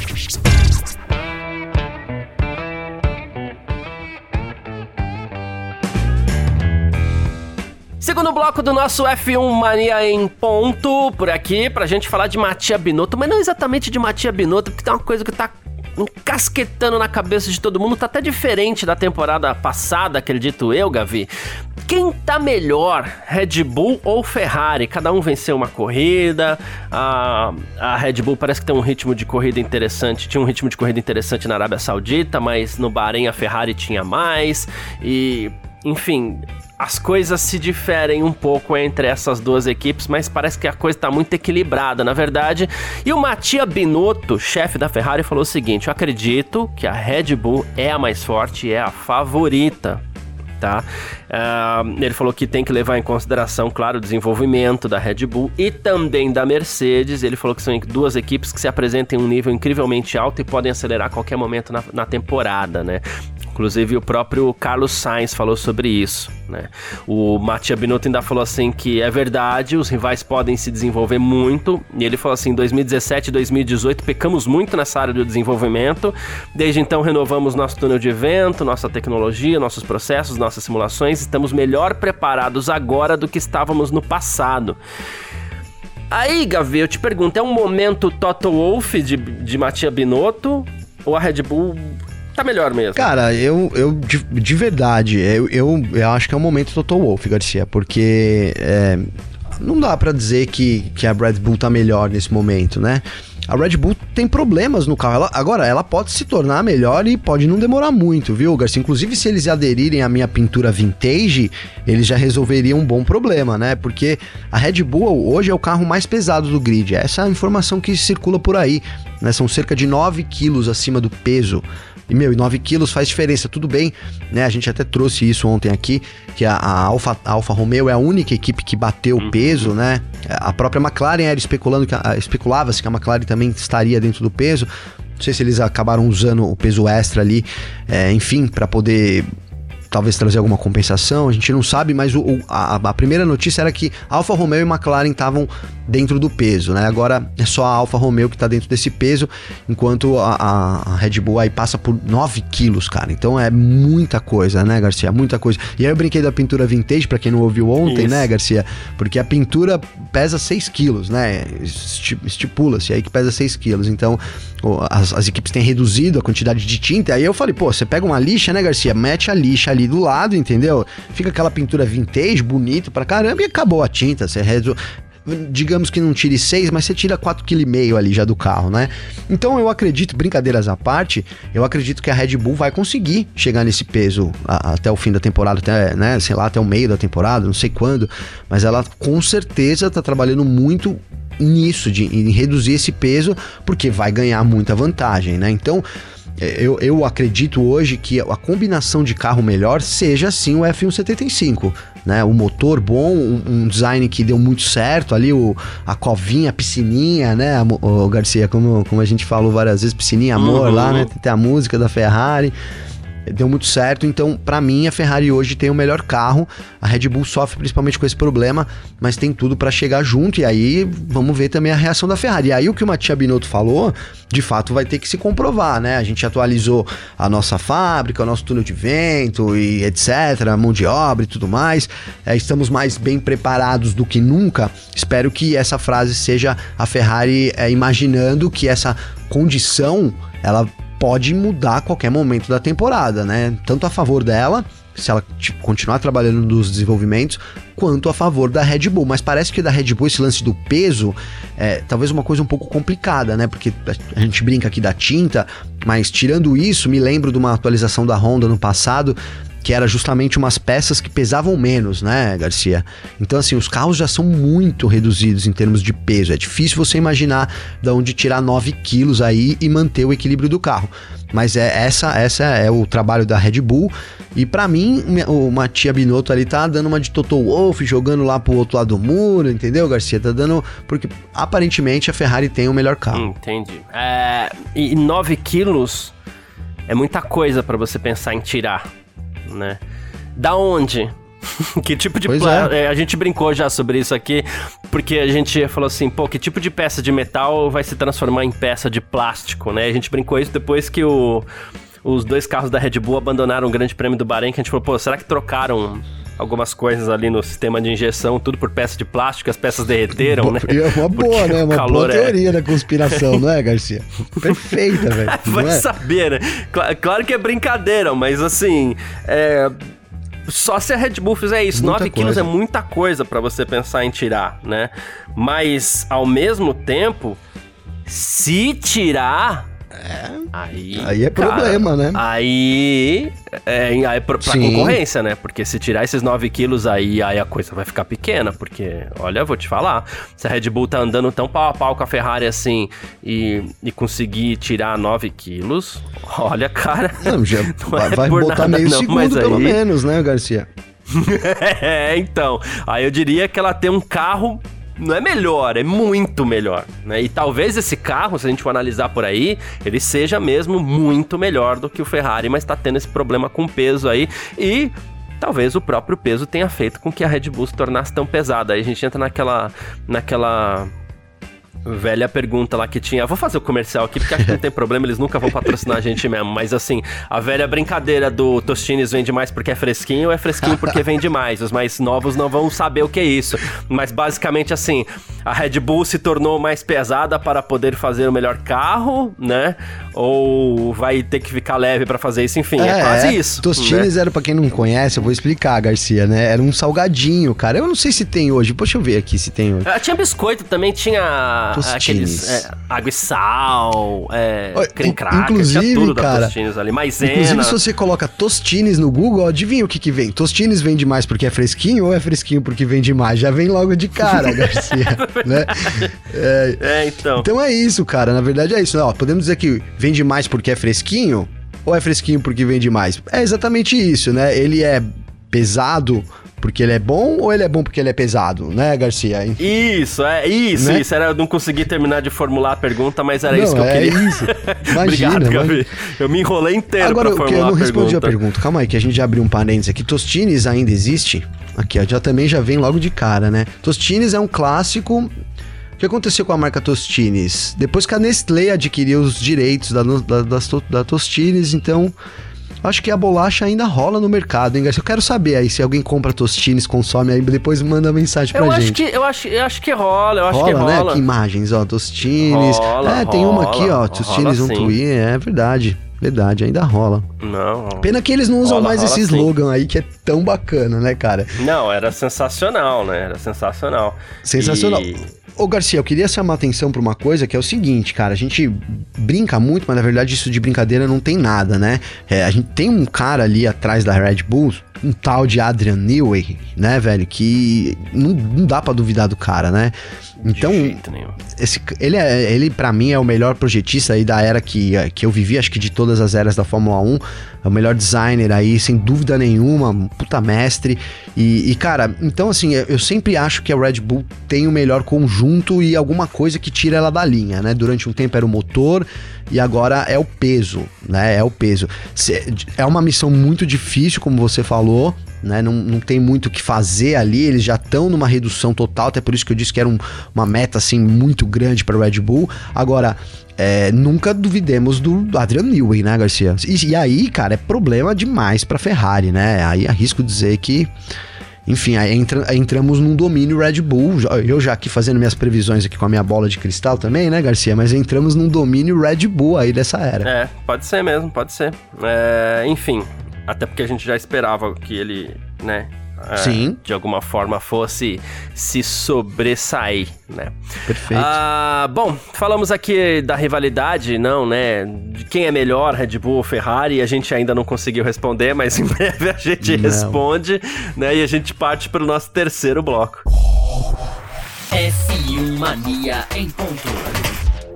Speaker 1: Segundo bloco do nosso F um Mania em ponto, por aqui, pra gente falar de Mattia Binotto, mas não exatamente de Mattia Binotto, porque tem uma coisa que tá encasquetando na cabeça de todo mundo, tá até diferente da temporada passada, acredito eu, Gavi. Quem tá melhor, Red Bull ou Ferrari? Cada um venceu uma corrida, a, a Red Bull parece que tem um ritmo de corrida interessante, tinha um ritmo de corrida interessante na Arábia Saudita, mas no Bahrein a Ferrari tinha mais, e, enfim... As coisas se diferem um pouco entre essas duas equipes, mas parece que a coisa está muito equilibrada, na verdade. E o Mattia Binotto, chefe da Ferrari, falou o seguinte: eu acredito que a Red Bull é a mais forte e é a favorita, tá? Uh, ele falou que tem que levar em consideração, claro, o desenvolvimento da Red Bull e também da Mercedes. Ele falou que são duas equipes que se apresentam em um nível incrivelmente alto e podem acelerar a qualquer momento na, na temporada, né? Inclusive o próprio Carlos Sainz falou sobre isso, né? O Mattia Binotto ainda falou assim que é verdade, os rivais podem se desenvolver muito, e ele falou assim, em dois mil e dezessete e dois mil e dezoito pecamos muito nessa área do desenvolvimento, desde então renovamos nosso túnel de vento, nossa tecnologia, nossos processos, nossas simulações, estamos melhor preparados agora do que estávamos no passado. Aí, Gavi, eu te pergunto, é um momento Toto Wolff de, de Mattia Binotto, ou a Red Bull tá melhor mesmo?
Speaker 2: Cara, eu, eu de, de verdade, eu, eu, eu acho que é um momento Toto Wolff, Garcia, porque é, não dá pra dizer que, que a Red Bull tá melhor nesse momento, né? A Red Bull tem problemas no carro. Ela, agora, ela pode se tornar melhor e pode não demorar muito, viu, Garcia? Inclusive, se eles aderirem à minha pintura vintage, eles já resolveriam um bom problema, né? Porque a Red Bull hoje é o carro mais pesado do grid. Essa é a informação que circula por aí, né? São cerca de nove quilos acima do peso. E, meu, e nove quilos faz diferença, tudo bem, né? A gente até trouxe isso ontem aqui, que a, a, Alfa, a Alfa Romeo é a única equipe que bateu o peso, né? A própria McLaren era especulando que a, especulava-se que a McLaren também estaria dentro do peso. Não sei se eles acabaram usando o peso extra ali, é, enfim, para poder talvez trazer alguma compensação, a gente não sabe, mas o, o, a, a primeira notícia era que Alfa Romeo e McLaren estavam dentro do peso, né? Agora é só a Alfa Romeo que tá dentro desse peso, enquanto a, a, a Red Bull aí passa por nove quilos, cara. Então é muita coisa, né, Garcia? Muita coisa. E aí eu brinquei da pintura vintage, pra quem não ouviu ontem, Isso. né, Garcia? Porque a pintura pesa seis quilos, né? Estipula-se aí que pesa seis quilos. Então as, as equipes têm reduzido a quantidade de tinta. Aí eu falei, pô, você pega uma lixa, né, Garcia? Mete a lixa ali do lado, entendeu? Fica aquela pintura vintage, bonito pra caramba, e acabou a tinta. Você resolve. Digamos que não tire seis, mas você tira quatro vírgula cinco quilos ali já do carro, né? Então eu acredito, brincadeiras à parte, eu acredito que a Red Bull vai conseguir chegar nesse peso a, até o fim da temporada, até, né, sei lá, até o meio da temporada, não sei quando, mas ela com certeza tá trabalhando muito nisso, de, em reduzir esse peso, porque vai ganhar muita vantagem, né? Então Eu, eu acredito hoje que a combinação de carro melhor seja sim o F cento e setenta e cinco, né? O motor bom, um, um design que deu muito certo ali, o, a covinha, a piscininha, né, o Garcia, como, como a gente falou várias vezes, piscininha, amor, uhum. lá, né? Tem a música da Ferrari. Deu muito certo, então pra mim a Ferrari hoje tem o melhor carro, a Red Bull sofre principalmente com esse problema, mas tem tudo pra chegar junto, e aí vamos ver também a reação da Ferrari. E aí o que o Mattia Binotto falou, de fato vai ter que se comprovar, né? A gente atualizou a nossa fábrica, o nosso túnel de vento e etc, mão de obra e tudo mais, é, estamos mais bem preparados do que nunca. Espero que essa frase seja a Ferrari é, imaginando que essa condição, ela pode mudar a qualquer momento da temporada, né? Tanto a favor dela, se ela tipo, continuar trabalhando nos desenvolvimentos, quanto a favor da Red Bull. Mas parece que da Red Bull esse lance do peso é talvez uma coisa um pouco complicada, né? Porque a gente brinca aqui da tinta, mas tirando isso, me lembro de uma atualização da Honda no passado, que era justamente umas peças que pesavam menos, né, Garcia? Então, assim, os carros já são muito reduzidos em termos de peso. É difícil você imaginar de onde tirar nove quilos aí e manter o equilíbrio do carro. Mas é, essa, essa é o trabalho da Red Bull. E pra mim, o Mattia Binotto ali tá dando uma de Toto Wolff, jogando lá pro outro lado do muro, entendeu, Garcia? Tá dando... Porque aparentemente a Ferrari tem o melhor carro.
Speaker 1: Entendi. É, e nove quilos é muita coisa pra você pensar em tirar, né? Da onde? Que tipo de... Pla... É. A gente brincou já sobre isso aqui, porque a gente falou assim, pô, que tipo de peça de metal vai se transformar em peça de plástico, né? A gente brincou isso depois que o... os dois carros da Red Bull abandonaram o Grande Prêmio do Bahrein, que a gente falou, pô, será que trocaram algumas coisas ali no sistema de injeção, tudo por peça de plástico, as peças derreteram, né?
Speaker 2: É uma boa, porque né? Uma boa teoria é... da conspiração, não é, Garcia? Perfeita, velho.
Speaker 1: Vai
Speaker 2: é?
Speaker 1: saber, né? Claro que é brincadeira, mas assim... É... Só se a Red Bull fizer isso, nove quilos é muita coisa pra você pensar em tirar, né? Mas, ao mesmo tempo, se tirar...
Speaker 2: É,
Speaker 1: aí,
Speaker 2: aí é cara, problema, né?
Speaker 1: Aí é, aí é pra, pra concorrência, né? Porque se tirar esses nove quilos aí, aí a coisa vai ficar pequena. Porque, olha, eu vou te falar, se a Red Bull tá andando tão pau a pau com a Ferrari assim e, e conseguir tirar nove quilos, olha, cara...
Speaker 2: Não, já não vai, é vai botar nada, meio não, segundo pelo aí... menos, né, Garcia?
Speaker 1: É, então, aí eu diria que ela tem um carro não é melhor, é muito melhor, né? E talvez esse carro, se a gente for analisar por aí, ele seja mesmo muito melhor do que o Ferrari, mas tá tendo esse problema com peso aí e... talvez o próprio peso tenha feito com que a Red Bull se tornasse tão pesada. Aí a gente entra naquela, naquela velha pergunta lá que tinha... Vou fazer o comercial aqui, porque acho que não tem problema, eles nunca vão patrocinar a gente mesmo. Mas assim, a velha brincadeira do Tostines vende mais porque é fresquinho ou é fresquinho porque vende mais? Os mais novos não vão saber o que é isso. Mas basicamente assim, a Red Bull se tornou mais pesada para poder fazer o melhor carro, né? Ou vai ter que ficar leve para fazer isso? Enfim, é, é quase isso.
Speaker 2: Tostines, né? Era, pra quem não conhece, eu vou explicar, Garcia, né? Era um salgadinho, cara. Eu não sei se tem hoje. Deixa eu ver aqui se tem hoje.
Speaker 1: Ah, tinha biscoito também, tinha... Aqueles, é, água e sal, é, creme cracker,
Speaker 2: inclusive,
Speaker 1: tinha tudo
Speaker 2: cara,
Speaker 1: da Tostines ali, maisena.
Speaker 2: Inclusive, se você coloca Tostines no Google, adivinha o que que vem? Tostines vende mais porque é fresquinho ou é fresquinho porque vende mais? Já vem logo de cara, Garcia, né? É,
Speaker 1: é, então.
Speaker 2: Então é isso, cara, na verdade é isso. Ó, podemos dizer que vende mais porque é fresquinho ou é fresquinho porque vende mais? É exatamente isso, né? Ele é pesado... porque ele é bom ou ele é bom porque ele é pesado, né, Garcia?
Speaker 1: Isso, é isso, né? Isso. Era, eu não consegui terminar de formular a pergunta, mas era não, isso que eu
Speaker 2: é
Speaker 1: queria.
Speaker 2: Isso. Imagina,
Speaker 1: Obrigado, Gabi. Eu me enrolei inteiro
Speaker 2: Agora,
Speaker 1: pra formular a pergunta. Agora, eu não respondi a pergunta.
Speaker 2: Calma aí, que a gente já abriu um parênteses aqui. Tostines ainda existe? Aqui, ó, já também já vem logo de cara, né? Tostines é um clássico... O que aconteceu com a marca Tostines? Depois que a Nestlé adquiriu os direitos da, da, da, da Tostines, então... Acho que a bolacha ainda rola no mercado, hein, Garcia? Eu quero saber aí se alguém compra Tostines, consome aí, depois manda mensagem pra
Speaker 1: eu
Speaker 2: gente.
Speaker 1: Acho que, eu, acho, eu acho que rola, eu acho
Speaker 2: rola,
Speaker 1: que rola.
Speaker 2: Né? Que imagens, ó, Tostines.
Speaker 1: Rola,
Speaker 2: é, tem
Speaker 1: rola,
Speaker 2: uma aqui, ó, Tostines um Twin, é verdade. Verdade, ainda rola.
Speaker 1: Não.
Speaker 2: Pena que eles não usam
Speaker 1: rola,
Speaker 2: mais
Speaker 1: rola,
Speaker 2: esse slogan aí, que é tão bacana, né, cara?
Speaker 1: Não, era sensacional, né? Era sensacional.
Speaker 2: Sensacional.
Speaker 1: E...
Speaker 2: Ô, Garcia, eu queria chamar a atenção pra uma coisa que é o seguinte, cara, a gente brinca muito, mas na verdade isso de brincadeira não tem nada, né? É, a gente tem um cara ali atrás da Red Bull, um tal de Adrian Newey, né, velho, que não, não dá pra duvidar do cara, né? Então,
Speaker 1: de jeito nenhum.
Speaker 2: Esse, ele, é, ele pra mim é o melhor projetista aí da era que, que eu vivi, acho que de todas as eras da Fórmula um, é o melhor designer aí, sem dúvida nenhuma, um puta mestre, e, e cara, então assim, eu sempre acho que a Red Bull tem o melhor conjunto e alguma coisa que tira ela da linha, né? Durante um tempo era o motor e agora é o peso, né? É o peso. É uma missão muito difícil, como você falou, né? Não, não tem muito o que fazer ali, eles já estão numa redução total, até por isso que eu disse que era um, uma meta assim muito grande para o Red Bull. Agora, é, nunca duvidemos do Adrian Newey, né, Garcia? E, e aí, cara, é problema demais para Ferrari, né? Aí arrisco dizer que, enfim, aí entra, entramos num domínio Red Bull. Eu já aqui fazendo minhas previsões aqui com a minha bola de cristal também, né, Garcia? Mas entramos num domínio Red Bull aí dessa era.
Speaker 1: É, pode ser mesmo, pode ser. É, enfim, até porque a gente já esperava que ele, né, é,
Speaker 2: sim,
Speaker 1: de alguma forma fosse se sobressair, né?
Speaker 2: Perfeito.
Speaker 1: Ah, bom, falamos aqui da rivalidade, não, né? De quem é melhor, Red Bull ou Ferrari, a gente ainda não conseguiu responder, mas em breve a gente não. responde, né? E a gente parte para o nosso terceiro bloco.
Speaker 3: F um Mania em ponto.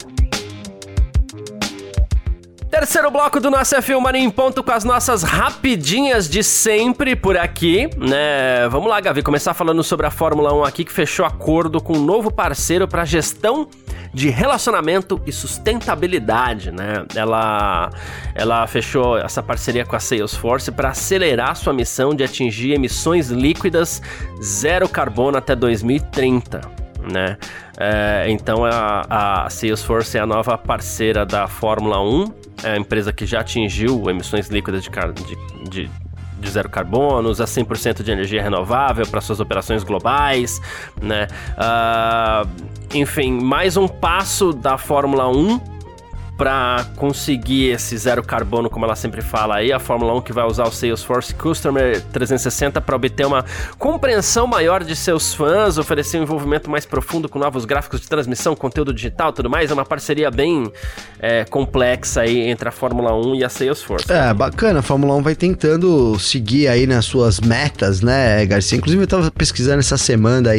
Speaker 1: Terceiro bloco do nosso F um Mania em ponto com as nossas rapidinhas de sempre por aqui, né? Vamos lá, Gavi, começar falando sobre a Fórmula um aqui, que fechou acordo com um novo parceiro para gestão de relacionamento e sustentabilidade, né? Ela, ela fechou essa parceria com a Salesforce para acelerar sua missão de atingir emissões líquidas zero carbono até dois mil e trinta. Né? É, então a, a Salesforce é a nova parceira da Fórmula um, é a empresa que já atingiu emissões líquidas de, de, de, de zero carbono, usa cem por cento de energia renovável para suas operações globais, né? Uh, enfim, mais um passo da Fórmula um para conseguir esse zero carbono, como ela sempre fala aí, a Fórmula um que vai usar o Salesforce Customer trezentos e sessenta para obter uma compreensão maior de seus fãs, oferecer um envolvimento mais profundo com novos gráficos de transmissão, conteúdo digital, tudo mais. É uma parceria bem é, complexa aí entre a Fórmula um e a Salesforce.
Speaker 2: É, bacana, a Fórmula um vai tentando seguir aí nas suas metas, né, Garcia? Inclusive eu tava pesquisando essa semana aí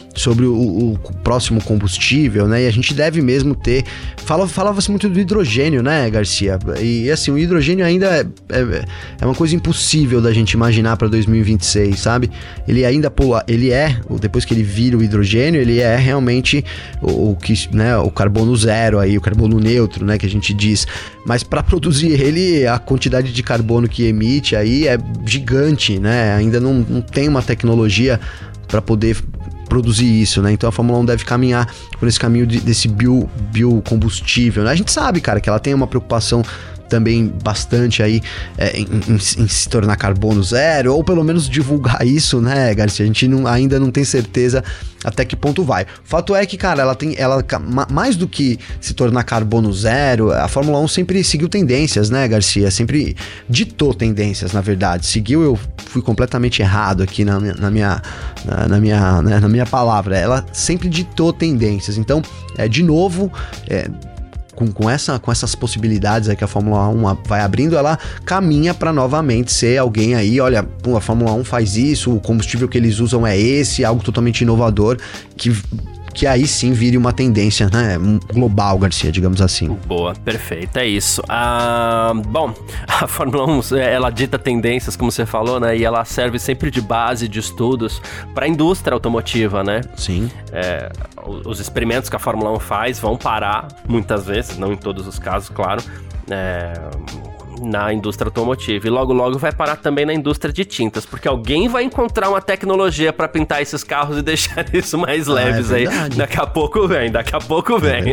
Speaker 2: sobre o, o próximo combustível, né? E a gente deve mesmo ter... Fala, falava-se muito do hidrogênio, né, Garcia? E assim, o hidrogênio ainda é, é, é uma coisa impossível da gente imaginar para dois mil e vinte e seis, sabe? Ele ainda pula, ele é, depois que ele vira o hidrogênio, ele é realmente o, o que, né, o carbono zero aí, o carbono neutro, né, que a gente diz. Mas para produzir ele, a quantidade de carbono que emite aí é gigante, né? Ainda não, não tem uma tecnologia para poder produzir isso, né? Então a Fórmula um deve caminhar por esse caminho de, desse bio, biocombustível, né? A gente sabe, cara, que ela tem uma preocupação também bastante aí é, em, em, em se tornar carbono zero, ou pelo menos divulgar isso, né, Garcia? A gente não, ainda não tem certeza até que ponto vai. O fato é que, cara, ela tem, ela, mais do que se tornar carbono zero, a Fórmula um sempre seguiu tendências, né, Garcia? Sempre ditou tendências, na verdade. Seguiu, eu fui completamente errado aqui na minha, na minha, na, na minha, né, na minha palavra. Ela sempre ditou tendências. Então, é, de novo, é, Com, com, essa, com essas possibilidades aí que a Fórmula um vai abrindo, ela caminha para novamente ser alguém aí, olha, pô, a Fórmula um faz isso, o combustível que eles usam é esse, algo totalmente inovador, que, que aí sim vire uma tendência, né, global, Garcia, digamos assim.
Speaker 1: Boa, perfeito, é isso. Ah, bom, a Fórmula um, ela dita tendências, como você falou, né, e ela serve sempre de base de estudos para a indústria automotiva, né?
Speaker 2: Sim.
Speaker 1: É, os experimentos que a Fórmula um faz vão parar, muitas vezes, não em todos os casos, claro, é, na indústria automotiva. E logo, logo vai parar também na indústria de tintas, porque alguém vai encontrar uma tecnologia para pintar esses carros e deixar isso mais leves. Ah, é aí. Daqui a pouco vem, daqui a pouco vem. É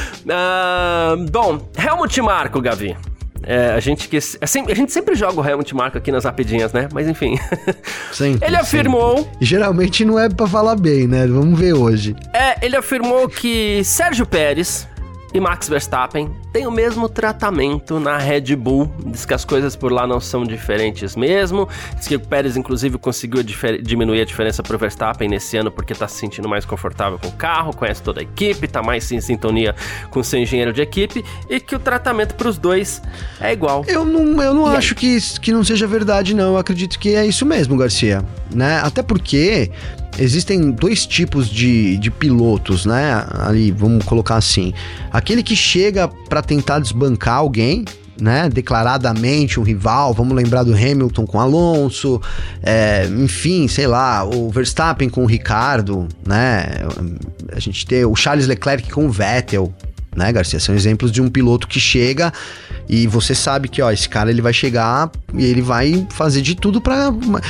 Speaker 1: ah, bom, Helmut Marko, Gavi. É, a, gente que, assim, a gente sempre joga o Helmut Marko aqui nas rapidinhas, né? Mas enfim.
Speaker 2: Sempre,
Speaker 1: ele afirmou...
Speaker 2: Sempre. E geralmente não é pra falar bem, né? Vamos ver hoje.
Speaker 1: É, ele afirmou que Sérgio Pérez e Max Verstappen têm o mesmo tratamento na Red Bull. Diz que as coisas por lá não são diferentes mesmo. Diz que o Pérez, inclusive, conseguiu difer- diminuir a diferença pro Verstappen nesse ano porque tá se sentindo mais confortável com o carro, conhece toda a equipe, tá mais em sintonia com o seu engenheiro de equipe, e que o tratamento pros dois é igual.
Speaker 2: Eu não, eu não acho que, que não seja verdade, não. Eu acredito que é isso mesmo, Garcia, né? Até porque existem dois tipos de, de pilotos, né? Ali, vamos colocar assim. Aquele que chega para tentar desbancar alguém, né? Declaradamente um rival. Vamos lembrar do Hamilton com Alonso, é, enfim, sei lá, o Verstappen com o Ricardo, né? A gente tem o Charles Leclerc com o Vettel, né, Garcia? São exemplos de um piloto que chega e você sabe que, ó, esse cara ele vai chegar e ele vai fazer de tudo para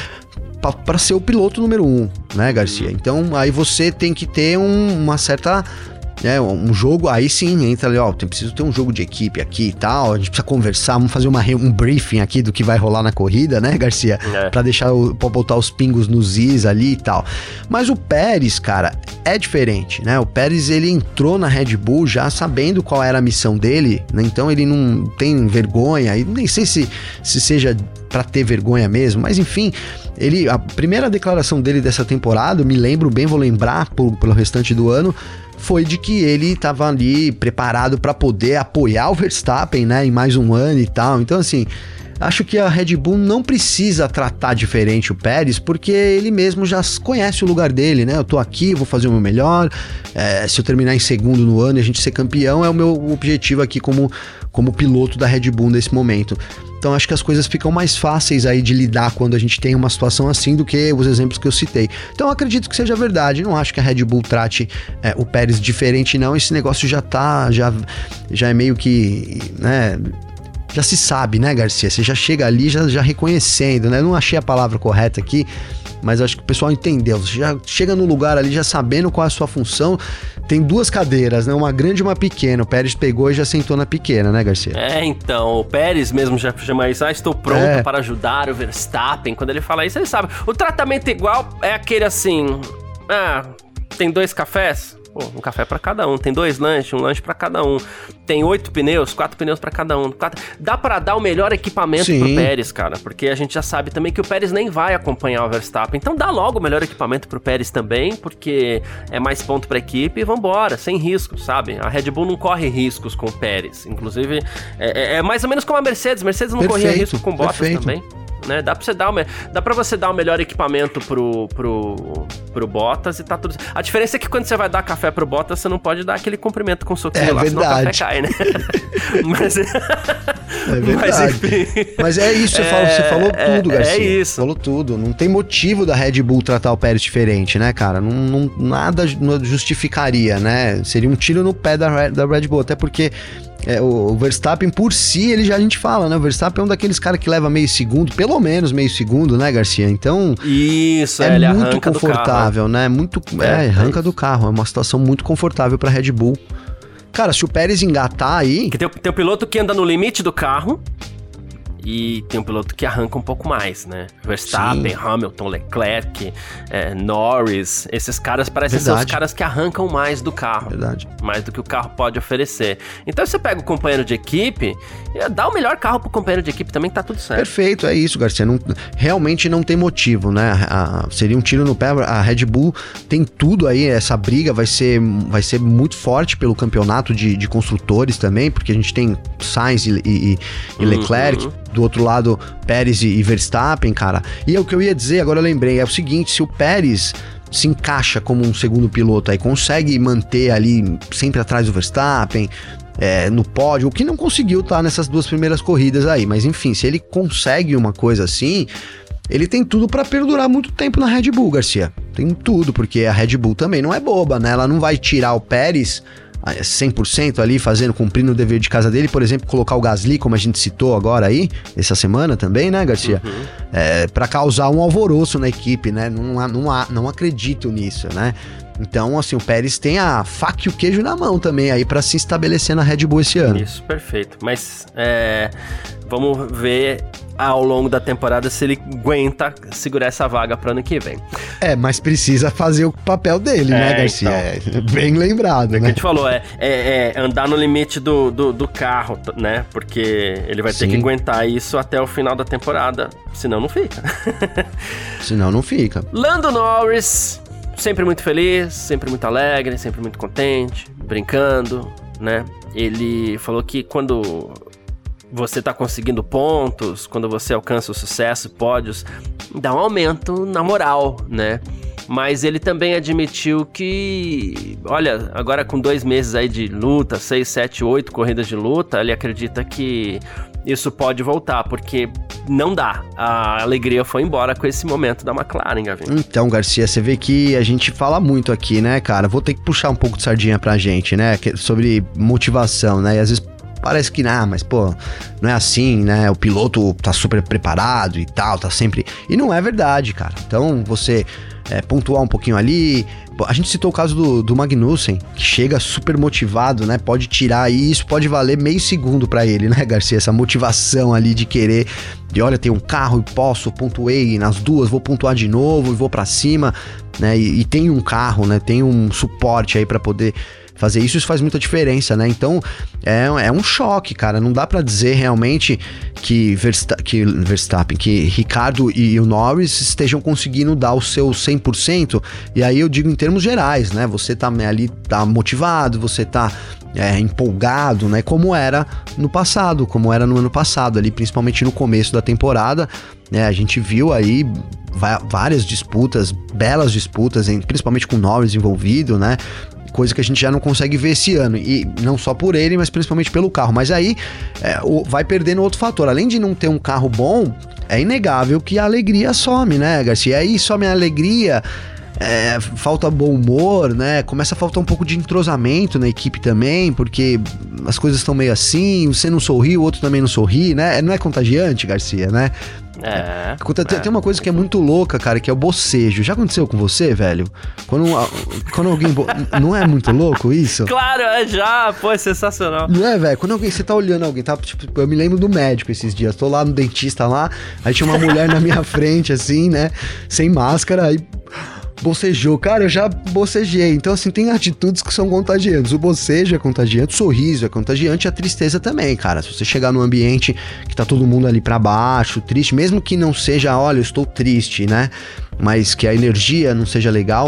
Speaker 2: para ser o piloto número um, né, Garcia? Então, aí você tem que ter um, uma certa... É, um jogo, aí sim, entra ali, ó, tem, preciso ter um jogo de equipe aqui e tal, a gente precisa conversar, vamos fazer uma, um briefing aqui do que vai rolar na corrida, né, Garcia? É. Pra deixar, o, pra botar os pingos nos is ali e tal. Mas o Pérez, cara, é diferente, né? O Pérez, ele entrou na Red Bull já sabendo qual era a missão dele, né? Então ele não tem vergonha, e nem sei se, se seja pra ter vergonha mesmo, mas enfim, ele, a primeira declaração dele dessa temporada, eu me lembro bem, vou lembrar por, pelo restante do ano, foi de que ele estava ali preparado para poder apoiar o Verstappen, né, em mais um ano e tal. Então, assim, acho que a Red Bull não precisa tratar diferente o Pérez, porque ele mesmo já conhece o lugar dele, né? Eu tô aqui, vou fazer o meu melhor, é, se eu terminar em segundo no ano e a gente ser campeão, é o meu objetivo aqui como, como piloto da Red Bull nesse momento. Então acho que as coisas ficam mais fáceis aí de lidar quando a gente tem uma situação assim do que os exemplos que eu citei. Então eu acredito que seja verdade, não acho que a Red Bull trate é, o Pérez diferente não, esse negócio já tá, já, já é meio que, né, já se sabe, né, Garcia? Você já chega ali já, já reconhecendo, né? Eu não achei a palavra correta aqui, mas acho que o pessoal entendeu. Você já chega no lugar ali já sabendo qual é a sua função. Tem duas cadeiras, né? Uma grande e uma pequena. O Pérez pegou e já sentou na pequena, né, Garcia?
Speaker 1: É, então, o Pérez mesmo já chama isso, ah, estou pronto é. para ajudar o Verstappen. Quando ele fala isso, ele sabe. O tratamento igual é aquele assim, ah, tem dois cafés? Pô, um café pra cada um. Tem dois lanches, um lanche pra cada um. Tem oito pneus, quatro pneus pra cada um. Quatro... Dá pra dar o melhor equipamento Sim. pro Pérez, cara. Porque a gente já sabe também que o Pérez nem vai acompanhar o Verstappen. Então dá logo o melhor equipamento pro Pérez também, porque é mais ponto pra equipe e vambora, sem riscos, sabe? A Red Bull não corre riscos com o Pérez. Inclusive, é, é mais ou menos como a Mercedes. Mercedes não
Speaker 2: perfeito,
Speaker 1: corria risco com Bottas
Speaker 2: perfeito.
Speaker 1: também. né? Dá pra você dar, uma, dá pra você dar o melhor equipamento pro, pro, pro Bottas e tá tudo... A diferença é que quando você vai dar café pro Bottas, você não pode dar aquele cumprimento com soquinho
Speaker 2: é
Speaker 1: lá,
Speaker 2: verdade.
Speaker 1: senão o café cai, né? Mas...
Speaker 2: É verdade. Mas, enfim... Mas é isso, você, é, falou, você falou
Speaker 1: é,
Speaker 2: tudo, Garcia.
Speaker 1: É isso.
Speaker 2: Falou tudo. Não tem motivo da Red Bull tratar o Pérez diferente, né, cara? Não, não, nada justificaria, né? Seria um tiro no pé da, da Red Bull, até porque é, o, o Verstappen por si, ele já a gente fala, né? O Verstappen é um daqueles caras que leva meio segundo, pelo menos meio segundo, né, Garcia? Então,
Speaker 1: isso,
Speaker 2: é,
Speaker 1: é
Speaker 2: muito confortável, né? Muito, é, é arranca é do carro. É uma situação muito confortável pra Red Bull. Cara, se o Pérez engatar aí...
Speaker 1: Que tem, tem o piloto que anda no limite do carro e tem um piloto que arranca um pouco mais, né? Verstappen, Sim. Hamilton, Leclerc, é, Norris, esses caras parecem Verdade. ser os caras que arrancam mais do carro.
Speaker 2: Verdade.
Speaker 1: Mais do que o carro pode oferecer. Então você pega o companheiro de equipe, dá o melhor carro pro companheiro de equipe também, que tá tudo certo.
Speaker 2: Perfeito, é isso, Garcia. Não, realmente não tem motivo, né? A, a, seria um tiro no pé. A Red Bull tem tudo aí, essa briga vai ser, vai ser muito forte pelo campeonato de, de construtores também, porque a gente tem Sainz e, e, e Leclerc. Uhum. Do outro lado, Pérez e Verstappen, cara. E é o que eu ia dizer, agora eu lembrei, é o seguinte, se o Pérez se encaixa como um segundo piloto aí, consegue manter ali sempre atrás do Verstappen, é, no pódio, o que não conseguiu tá nessas duas primeiras corridas aí, mas enfim, se ele consegue uma coisa assim, ele tem tudo pra perdurar muito tempo na Red Bull, Garcia. Tem tudo, porque a Red Bull também não é boba, né? Ela não vai tirar o Pérez cem por cento ali, fazendo, cumprindo o dever de casa dele, por exemplo, colocar o Gasly, como a gente citou agora aí, essa semana também, né, Garcia? Uhum. É, pra causar um alvoroço na equipe, né? Não, não, não acredito nisso, né? Então, assim, o Pérez tem a faca e o queijo na mão também aí pra se estabelecer na Red Bull esse ano.
Speaker 1: Isso, perfeito. Mas, é, vamos ver ao longo da temporada se ele aguenta segurar essa vaga pro ano que vem.
Speaker 2: É, mas precisa fazer o papel dele, é, né, Garcia? Então, é bem lembrado,
Speaker 1: é
Speaker 2: né?
Speaker 1: Que a gente falou, é, é, é andar no limite do, do, do carro, né? Porque ele vai Sim. ter que aguentar isso até o final da temporada, senão não fica.
Speaker 2: Senão não fica.
Speaker 1: Lando Norris, sempre muito feliz, sempre muito alegre, sempre muito contente, brincando, né? Ele falou que quando você tá conseguindo pontos, quando você alcança o sucesso, pódios, dá um aumento na moral, né? Mas ele também admitiu que, olha, agora com dois meses aí de luta, seis, sete, oito corridas de luta, ele acredita que isso pode voltar, porque não dá. A alegria foi embora com esse momento da McLaren, Gavinho.
Speaker 2: Então, Garcia, você vê que a gente fala muito aqui, né, cara? Vou ter que puxar um pouco de sardinha pra gente, né? Sobre motivação, né? E às vezes parece que, ah, mas pô, não é assim, né? O piloto tá super preparado e tal, tá sempre... E não é verdade, cara. Então, você é, pontuar um pouquinho ali... A gente citou o caso do, do Magnussen, que chega super motivado, né? Pode tirar e isso pode valer meio segundo pra ele, né, Garcia? Essa motivação ali de querer, de olha, tem um carro e posso, pontuei nas duas, vou pontuar de novo e vou pra cima, né? E, e tem um carro, né? Tem um suporte aí pra poder fazer isso, isso faz muita diferença, né? Então, é, é um choque, cara. Não dá pra dizer realmente que, Versta- que Verstappen, que Ricardo e o Norris estejam conseguindo dar o seu cem por cento. E aí eu digo em termos gerais, né? Você tá ali, tá motivado, você tá é, empolgado, né? Como era no passado, como era no ano passado, ali, principalmente no começo da temporada, né? A gente viu aí várias disputas, belas disputas, principalmente com o Norris envolvido, né? Coisa que a gente já não consegue ver esse ano, e não só por ele, mas principalmente pelo carro. Mas aí é, o, vai perdendo outro fator, além de não ter um carro bom, é inegável que a alegria some, né, Garcia? Aí some a alegria, é, falta bom humor, né? Começa a faltar um pouco de entrosamento na equipe também, porque as coisas estão meio assim, você não sorri, o outro também não sorri, né? Não é contagiante, Garcia, né?
Speaker 1: É,
Speaker 2: tem,
Speaker 1: é.
Speaker 2: tem uma coisa que é muito louca, cara, que é o bocejo. Já aconteceu com você, velho? Quando, quando alguém... Bo... Não é muito louco isso?
Speaker 1: Claro, é já, pô, é sensacional.
Speaker 2: Não é, velho? Quando alguém, você tá olhando alguém, tá? Tipo, eu me lembro do médico esses dias. Tô lá no dentista lá, aí tinha uma mulher na minha frente, assim, né? Sem máscara, aí... bocejou, cara, eu já bocejei. Então, assim, tem atitudes que são contagiantes. O bocejo é contagiante, o sorriso é contagiante, a tristeza também, cara. Se você chegar num ambiente que tá todo mundo ali pra baixo, triste, mesmo que não seja, olha, eu estou triste, né? mas que a energia não seja legal,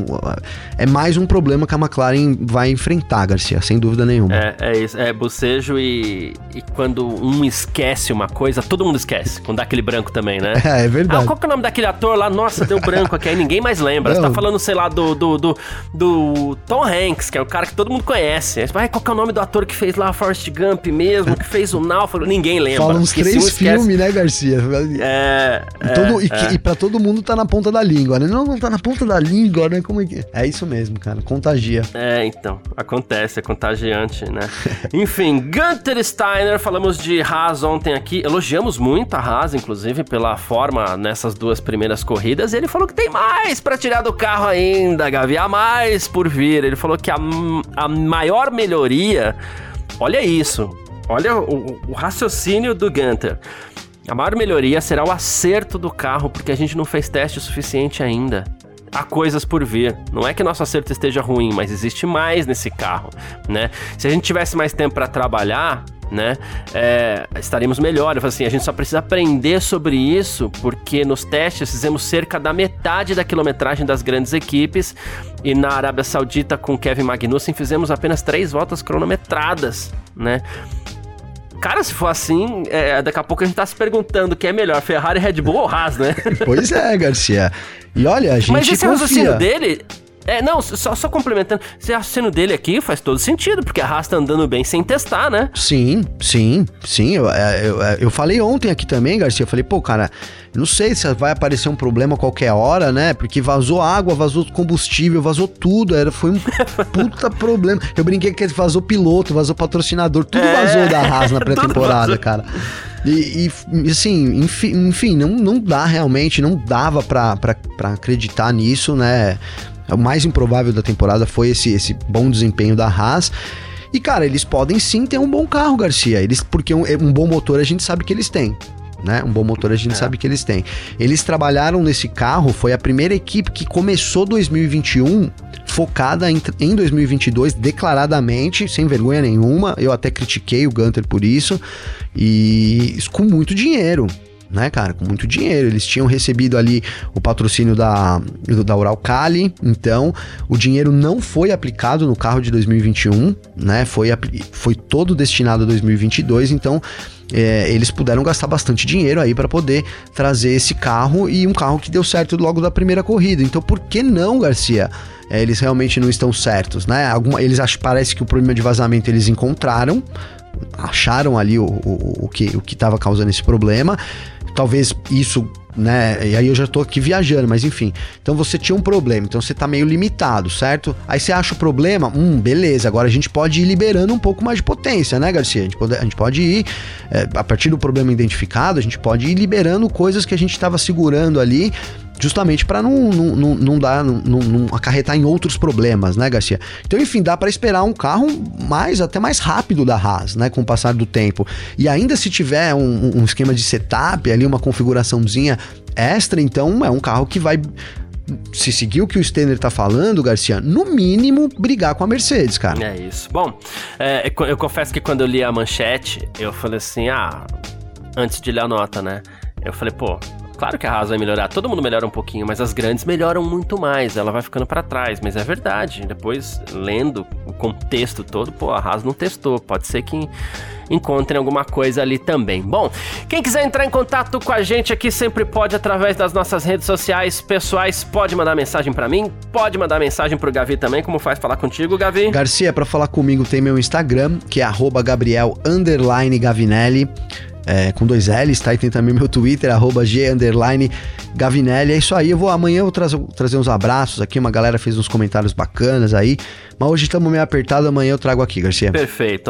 Speaker 2: é mais um problema que a McLaren vai enfrentar, Garcia, sem dúvida nenhuma.
Speaker 1: É, é isso, é bocejo e, e quando um esquece uma coisa, todo mundo esquece, quando dá aquele branco também, né?
Speaker 2: É, é verdade.
Speaker 1: Ah, qual que é o nome daquele ator lá? Nossa, deu branco aqui, aí ninguém mais lembra. Não. Você tá falando, sei lá, do, do, do, do Tom Hanks, que é o cara que todo mundo conhece. Aí você fala, ah, qual que é o nome do ator que fez lá Forrest Gump mesmo, que fez o Náufrago? Ninguém lembra.
Speaker 2: Fala uns três um filmes, né, Garcia?
Speaker 1: É,
Speaker 2: e, todo,
Speaker 1: é,
Speaker 2: e, que,
Speaker 1: é.
Speaker 2: e pra todo mundo tá na ponta da língua, né? Não, não tá na ponta da língua, né? Como é que... É isso mesmo, cara. Contagia.
Speaker 1: É, então. Acontece, é contagiante, né? Enfim, Gunther Steiner, falamos de Haas ontem aqui. Elogiamos muito a Haas, inclusive, pela forma nessas duas primeiras corridas. E ele falou que tem mais pra tirar do carro ainda, Gavi. Há mais por vir. Ele falou que a, a maior melhoria... Olha isso. Olha o, o raciocínio do Gunther. A maior melhoria será o acerto do carro, porque a gente não fez teste o suficiente ainda. Há coisas por vir. Não é que nosso acerto esteja ruim, mas existe mais nesse carro, né? Se a gente tivesse mais tempo para trabalhar, né, é, estaríamos melhor. Eu falo assim, a gente só precisa aprender sobre isso, porque nos testes fizemos cerca da metade da quilometragem das grandes equipes, e na Arábia Saudita com Kevin Magnussen fizemos apenas três voltas cronometradas, né? Cara, se for assim, é, daqui a pouco a gente tá se perguntando o que é melhor, Ferrari, Red Bull ou Haas, né?
Speaker 2: Pois é, Garcia. E olha, a gente
Speaker 1: Mas esse
Speaker 2: confia.
Speaker 1: raciocínio dele... É, não, só, só complementando, esse raciocínio dele aqui faz todo sentido, porque a Haas tá andando bem sem testar, né?
Speaker 2: Sim, sim, sim. Eu, eu, eu falei ontem aqui também, Garcia, eu falei, pô, cara, eu não sei se vai aparecer um problema a qualquer hora, né? Porque vazou água, vazou combustível, vazou tudo, era, foi um puta problema. Eu brinquei que vazou piloto, vazou patrocinador, tudo é, vazou da Haas na pré-temporada, cara. E, e assim, enfim, enfim não, não dá realmente, não dava pra, pra, pra acreditar nisso, né? O mais improvável da temporada foi esse, esse bom desempenho da Haas. E, cara, eles podem sim ter um bom carro, Garcia. Eles, porque um, um bom motor a gente sabe que eles têm, né? Um bom motor a gente é. sabe que eles têm. Eles trabalharam nesse carro, foi a primeira equipe que começou dois mil e vinte e um focada em, em dois mil e vinte e dois, declaradamente, sem vergonha nenhuma. Eu até critiquei o Gunther por isso. E com muito dinheiro, né, cara, com muito dinheiro. Eles tinham recebido ali o patrocínio da, da Uralkali, então o dinheiro não foi aplicado no carro de dois mil e vinte e um, né, foi, foi todo destinado a dois mil e vinte e dois, então é, eles puderam gastar bastante dinheiro aí para poder trazer esse carro, e um carro que deu certo logo da primeira corrida. Então por que não, Garcia? É, eles realmente não estão certos, né? Alguma, eles acham, parece que o problema de vazamento eles encontraram, acharam ali o, o, o que o que estava causando esse problema. Talvez isso, né, e aí eu já tô aqui viajando, mas enfim. Então você tinha um problema, então você tá meio limitado, certo? Aí você acha o problema, hum, beleza, agora a gente pode ir liberando um pouco mais de potência, né, Garcia? A gente pode, a gente pode ir, é, a partir do problema identificado, a gente pode ir liberando coisas que a gente tava segurando ali, justamente para não, não, não, não dar, não, não acarretar em outros problemas, né, Garcia? Então, enfim, dá para esperar um carro mais, até mais rápido da Haas, né, com o passar do tempo. E ainda se tiver um, um esquema de setup ali, uma configuraçãozinha extra, então é um carro que vai, se seguir o que o Steiner tá falando, Garcia, no mínimo brigar com a Mercedes, cara.
Speaker 1: É isso. Bom, é, eu confesso que quando eu li a manchete, eu falei assim, ah, antes de ler a nota, né, eu falei, pô, claro que a Haas vai melhorar, todo mundo melhora um pouquinho, mas as grandes melhoram muito mais, ela vai ficando pra trás, mas é verdade. Depois, lendo o contexto todo, pô, a Haas não testou, pode ser que encontrem alguma coisa ali também. Bom, quem quiser entrar em contato com a gente aqui sempre pode através das nossas redes sociais pessoais, pode mandar mensagem pra mim, pode mandar mensagem pro Gavi também, como faz falar contigo, Gavi?
Speaker 2: Garcia, pra falar comigo tem meu Instagram, que é arroba Gabriel underline Gavinelli, É, com dois L's, tá? E tem também meu Twitter, arroba G underline Gavinelli. É isso aí, eu vou amanhã eu vou trazer, trazer uns abraços aqui, uma galera fez uns comentários bacanas aí, mas hoje estamos meio apertado, amanhã eu trago aqui, Garcia.
Speaker 1: Perfeito.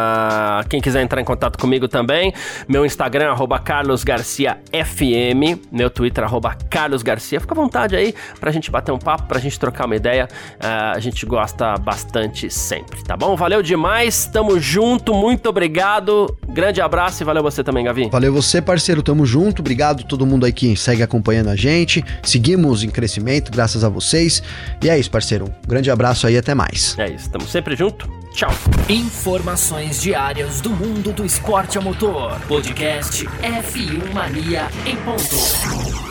Speaker 1: Uh, quem quiser entrar em contato comigo também, meu Instagram, arroba Carlos Garcia F M, meu Twitter, arroba Carlos Garcia. Fica à vontade aí pra gente bater um papo, pra gente trocar uma ideia, uh, a gente gosta bastante sempre, tá bom? Valeu demais, tamo junto, muito obrigado, grande abraço e valeu você também, Gavi.
Speaker 2: Valeu você, parceiro, tamo junto, obrigado a todo mundo aí que segue acompanhando a gente, seguimos em crescimento graças a vocês, e é isso, parceiro, um grande abraço aí, até mais.
Speaker 1: É isso, tamo sempre junto, tchau.
Speaker 3: Informações diárias do mundo do esporte a motor, podcast F um Mania em ponto.